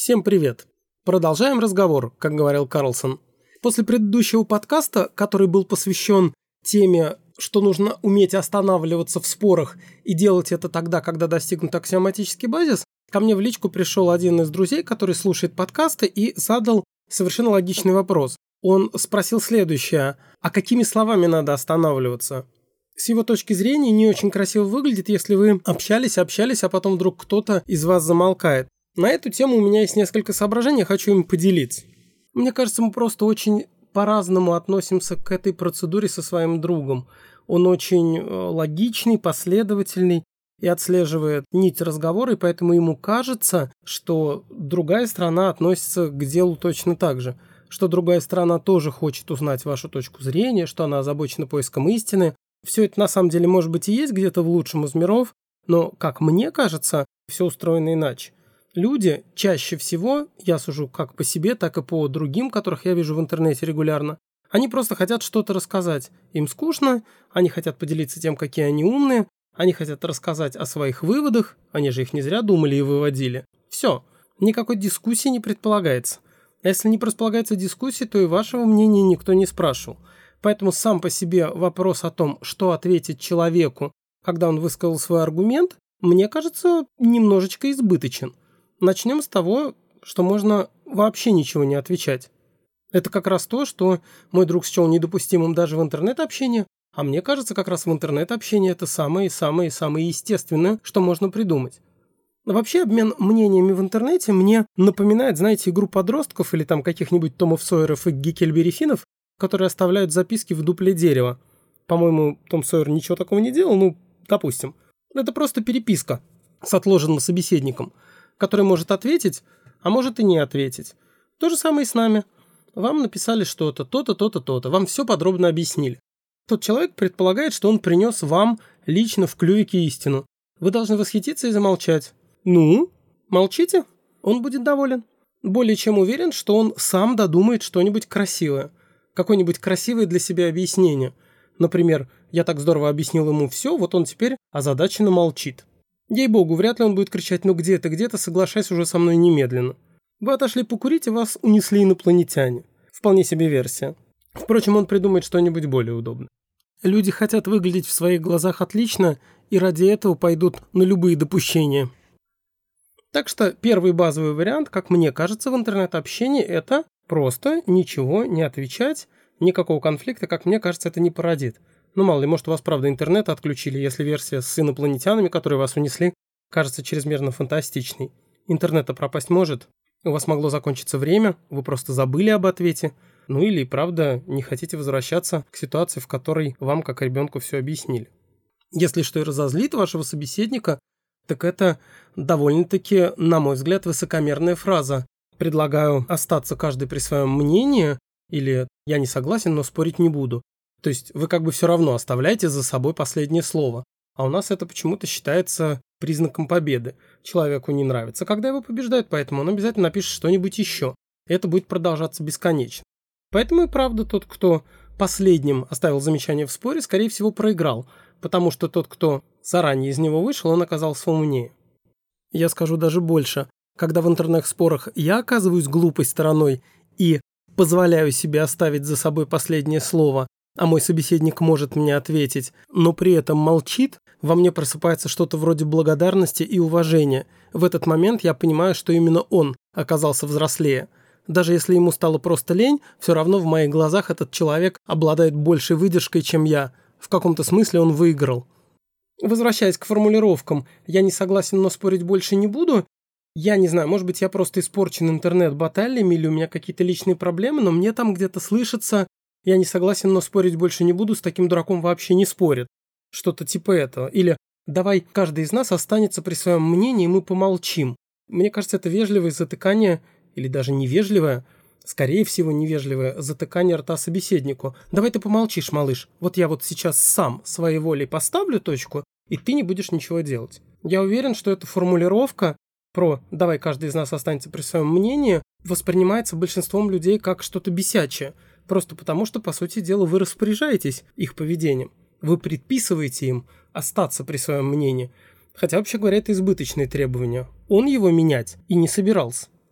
Всем привет. Продолжаем разговор, как говорил Карлсон. После предыдущего подкаста, который был посвящен теме, что нужно уметь останавливаться в спорах и делать это тогда, когда достигнут аксиоматический базис, ко мне в личку пришел один из друзей, который слушает подкасты, и задал совершенно логичный вопрос. Он спросил следующее: а какими словами надо останавливаться? С его точки зрения не очень красиво выглядит, если вы общались, а потом вдруг кто-то из вас замолкает. На эту тему у меня есть несколько соображений, хочу им поделиться. Мне кажется, мы просто очень по-разному относимся к этой процедуре со своим другом. Он очень логичный, последовательный и отслеживает нить разговора, и поэтому ему кажется, что другая сторона относится к делу точно так же, что другая сторона тоже хочет узнать вашу точку зрения, что она озабочена поиском истины. Все это на самом деле может быть и есть где-то в лучшем из миров, но, как мне кажется, все устроено иначе. Люди чаще всего, я сужу как по себе, так и по другим, которых я вижу в интернете регулярно, они просто хотят что-то рассказать. Им скучно, они хотят поделиться тем, какие они умные, они хотят рассказать о своих выводах, они же их не зря думали и выводили. Все, никакой дискуссии не предполагается. А если не предполагается дискуссии, то и вашего мнения никто не спрашивал. Поэтому сам по себе вопрос о том, что ответить человеку, когда он высказал свой аргумент, мне кажется, немножечко избыточен. Начнем с того, что можно вообще ничего не отвечать. Это как раз то, что мой друг счел недопустимым даже в интернет-общении, а мне кажется, как раз в интернет-общении это самое-самое естественное, что можно придумать. Вообще обмен мнениями в интернете мне напоминает, знаете, игру подростков или там каких-нибудь Томов Сойеров и Геккельбери Финнов, которые оставляют записки в дупле дерева. По-моему, Том Сойер ничего такого не делал, допустим. Это просто переписка с отложенным собеседником, который может ответить, а может и не ответить. То же самое и с нами. Вам написали что-то, то-то, то-то, то-то. Вам все подробно объяснили. Тот человек предполагает, что он принес вам лично в клювике истину. Вы должны восхититься и замолчать. Молчите? Он будет доволен. Более чем уверен, что он сам додумает что-нибудь красивое. Какое-нибудь красивое для себя объяснение. Например, я так здорово объяснил ему все, вот он теперь озадаченно молчит. Ей-богу, вряд ли он будет кричать: ну где ты, соглашайся уже со мной немедленно. Вы отошли покурить, и вас унесли инопланетяне. Вполне себе версия. Впрочем, он придумает что-нибудь более удобное. Люди хотят выглядеть в своих глазах отлично, и ради этого пойдут на любые допущения. Так что первый базовый вариант, как мне кажется, в интернет-общении – это просто ничего не отвечать, никакого конфликта, как мне кажется, это не породит. Мало ли, может, у вас, правда, интернет отключили, если версия с инопланетянами, которые вас унесли, кажется чрезмерно фантастичной. Интернет-то пропасть может. У вас могло закончиться время, вы просто забыли об ответе. Или, правда, не хотите возвращаться к ситуации, в которой вам, как ребенку, все объяснили. Если что и разозлит вашего собеседника, так это довольно-таки, на мой взгляд, высокомерная фраза. Предлагаю остаться каждый при своем мнении, или я не согласен, но спорить не буду. То есть вы как бы все равно оставляете за собой последнее слово. А у нас это почему-то считается признаком победы. Человеку не нравится, когда его побеждают, поэтому он обязательно напишет что-нибудь еще. Это будет продолжаться бесконечно. Поэтому и правда тот, кто последним оставил замечание в споре, скорее всего проиграл, потому что тот, кто заранее из него вышел, он оказался умнее. Я скажу даже больше. Когда в интернет-спорах я оказываюсь глупой стороной и позволяю себе оставить за собой последнее слово, а мой собеседник может мне ответить, но при этом молчит, во мне просыпается что-то вроде благодарности и уважения. В этот момент я понимаю, что именно он оказался взрослее. Даже если ему стало просто лень, все равно в моих глазах этот человек обладает большей выдержкой, чем я. В каком-то смысле он выиграл. Возвращаясь к формулировкам «я не согласен, но спорить больше не буду», я не знаю, может быть, я просто испорчен интернет-баталиями или у меня какие-то личные проблемы, но мне там где-то слышится «я не согласен, но спорить больше не буду, с таким дураком вообще не спорят». Что-то типа этого. Или «давай каждый из нас останется при своем мнении, и мы помолчим». Мне кажется, это вежливое затыкание, или даже невежливое, скорее всего невежливое затыкание рта собеседнику. «Давай ты помолчишь, малыш. Вот я вот сейчас сам своей волей поставлю точку, и ты не будешь ничего делать». Я уверен, что эта формулировка про «давай каждый из нас останется при своем мнении» воспринимается большинством людей как что-то бесячее. Просто потому, что, по сути дела, вы распоряжаетесь их поведением. Вы предписываете им остаться при своем мнении. Хотя, вообще говоря, это избыточные требования. Он его менять и не собирался.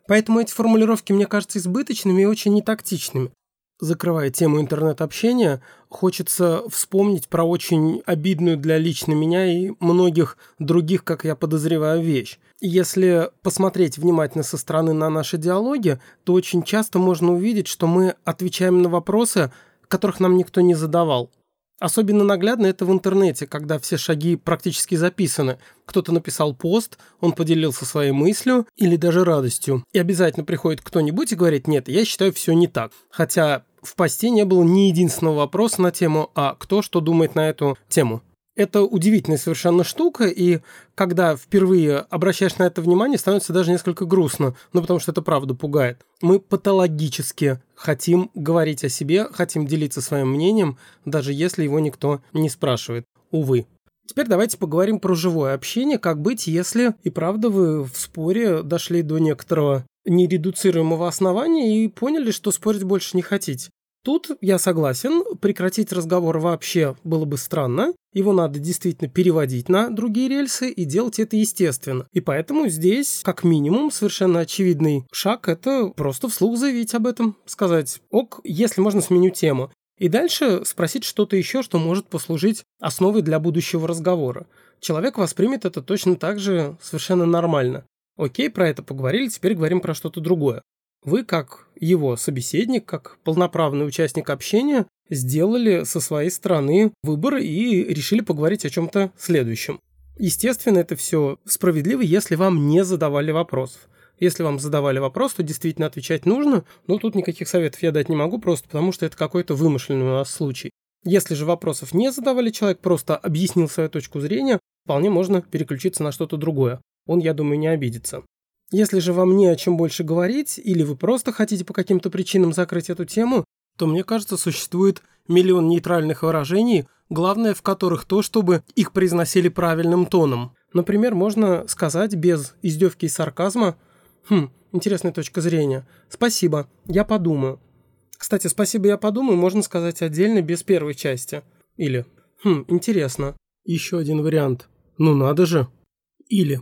Поэтому эти формулировки мне кажутся избыточными и очень нетактичными. Закрывая тему интернет-общения, хочется вспомнить про очень обидную для лично меня и многих других, как я подозреваю, вещь. Если посмотреть внимательно со стороны на наши диалоги, то очень часто можно увидеть, что мы отвечаем на вопросы, которых нам никто не задавал. Особенно наглядно это в интернете, когда все шаги практически записаны. Кто-то написал пост, он поделился своей мыслью или даже радостью. И обязательно приходит кто-нибудь и говорит: нет, я считаю, все не так. Хотя в посте не было ни единственного вопроса на тему «а кто что думает на эту тему?». Это удивительная совершенно штука, и когда впервые обращаешь на это внимание, становится даже несколько грустно, потому что это правда пугает. Мы патологически хотим говорить о себе, хотим делиться своим мнением, даже если его никто не спрашивает. Увы. Теперь давайте поговорим про живое общение, как быть, если и правда вы в споре дошли до некоторого нередуцируемого основания и поняли, что спорить больше не хотите. Тут я согласен, прекратить разговор вообще было бы странно, его надо действительно переводить на другие рельсы и делать это естественно. И поэтому здесь, как минимум, совершенно очевидный шаг – это просто вслух заявить об этом, сказать: ок, если можно, сменю тему. И дальше спросить что-то еще, что может послужить основой для будущего разговора. Человек воспримет это точно так же совершенно нормально. Окей, про это поговорили, теперь говорим про что-то другое. Вы, как его собеседник, как полноправный участник общения, сделали со своей стороны выбор и решили поговорить о чем-то следующем. Естественно, это все справедливо, если вам не задавали вопросов. Если вам задавали вопрос, то действительно отвечать нужно, но тут никаких советов я дать не могу, просто потому что это какой-то вымышленный у нас случай. Если же вопросов не задавали, человек просто объяснил свою точку зрения, вполне можно переключиться на что-то другое. Он, я думаю, не обидится. Если же вам не о чем больше говорить, или вы просто хотите по каким-то причинам закрыть эту тему, то, мне кажется, существует миллион нейтральных выражений, главное в которых то, чтобы их произносили правильным тоном. Например, можно сказать без издевки и сарказма: интересная точка зрения. Спасибо, я подумаю. Кстати, спасибо, я подумаю, можно сказать отдельно без первой части. Или интересно. Еще один вариант. Ну надо же. Или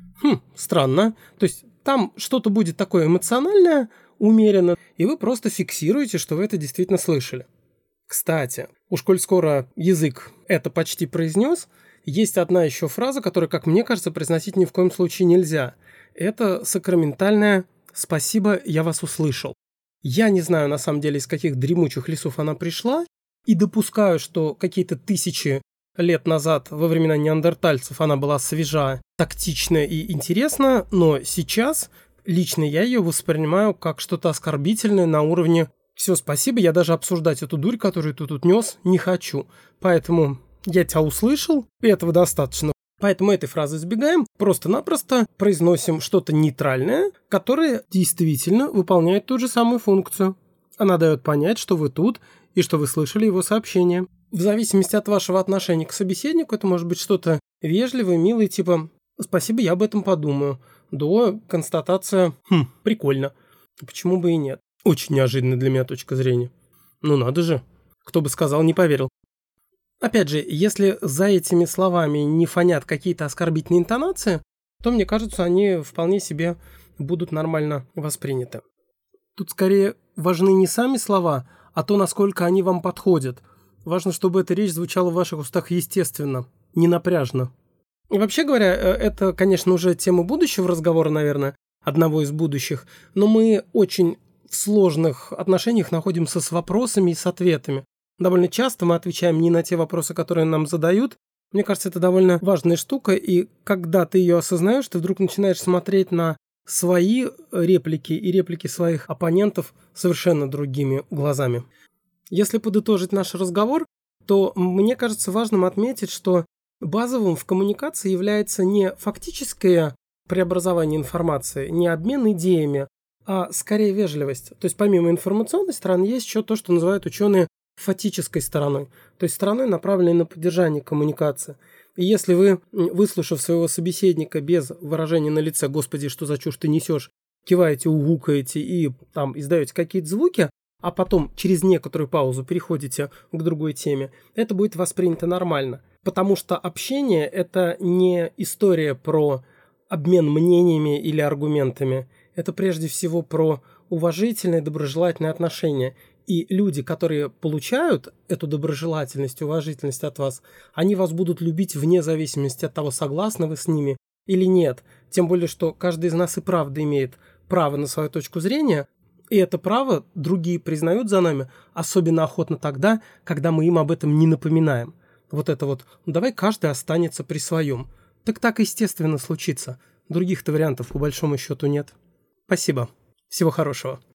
странно. То есть там что-то будет такое эмоциональное, умеренно, и вы просто фиксируете, что вы это действительно слышали. Кстати, уж коль скоро язык это почти произнес, есть одна еще фраза, которую, как мне кажется, произносить ни в коем случае нельзя. Это сакраментальное «спасибо, я вас услышал». Я не знаю, на самом деле, из каких дремучих лесов она пришла, и допускаю, что какие-то тысячи лет назад, во времена неандертальцев, она была свежа, тактична и интересна, но сейчас лично я ее воспринимаю как что-то оскорбительное на уровне «все, спасибо, я даже обсуждать эту дурь, которую ты тут нес, не хочу». Поэтому я тебя услышал, и этого достаточно. Поэтому этой фразы избегаем, просто-напросто произносим что-то нейтральное, которое действительно выполняет ту же самую функцию. Она дает понять, что вы тут и что вы слышали его сообщение. В зависимости от вашего отношения к собеседнику, это может быть что-то вежливое, милое, типа «спасибо, я об этом подумаю», до констатация «прикольно». Почему бы и нет? Очень неожиданная для меня точка зрения. Ну надо же. Кто бы сказал, не поверил. Опять же, если за этими словами не фонят какие-то оскорбительные интонации, то, мне кажется, они вполне себе будут нормально восприняты. Тут скорее важны не сами слова, а то, насколько они вам подходят. Важно, чтобы эта речь звучала в ваших устах естественно, не напряжно. И вообще говоря, это, конечно, уже тема будущего разговора, наверное, одного из будущих, но мы очень в сложных отношениях находимся с вопросами и с ответами. Довольно часто мы отвечаем не на те вопросы, которые нам задают. Мне кажется, это довольно важная штука, и когда ты ее осознаешь, ты вдруг начинаешь смотреть на свои реплики и реплики своих оппонентов совершенно другими глазами. Если подытожить наш разговор, то мне кажется важным отметить, что базовым в коммуникации является не фактическое преобразование информации, не обмен идеями, а скорее вежливость. То есть помимо информационной стороны есть еще то, что называют ученые фатической стороной, то есть стороной, направленной на поддержание коммуникации. И если вы, выслушав своего собеседника без выражения на лице «Господи, что за чушь ты несешь», киваете, угукаете и там издаете какие-то звуки, а потом через некоторую паузу переходите к другой теме, это будет воспринято нормально. Потому что общение – это не история про обмен мнениями или аргументами. это прежде всего про уважительные, доброжелательные отношения. И люди, которые получают эту доброжелательность, уважительность от вас, они вас будут любить вне зависимости от того, согласны вы с ними или нет. Тем более, что каждый из нас и правда имеет право на свою точку зрения, и это право другие признают за нами особенно охотно тогда, когда мы им об этом не напоминаем. Вот это вот, ну давай каждый останется при своем. Так естественно случится. Других-то вариантов по большому счету нет. Спасибо. Всего хорошего.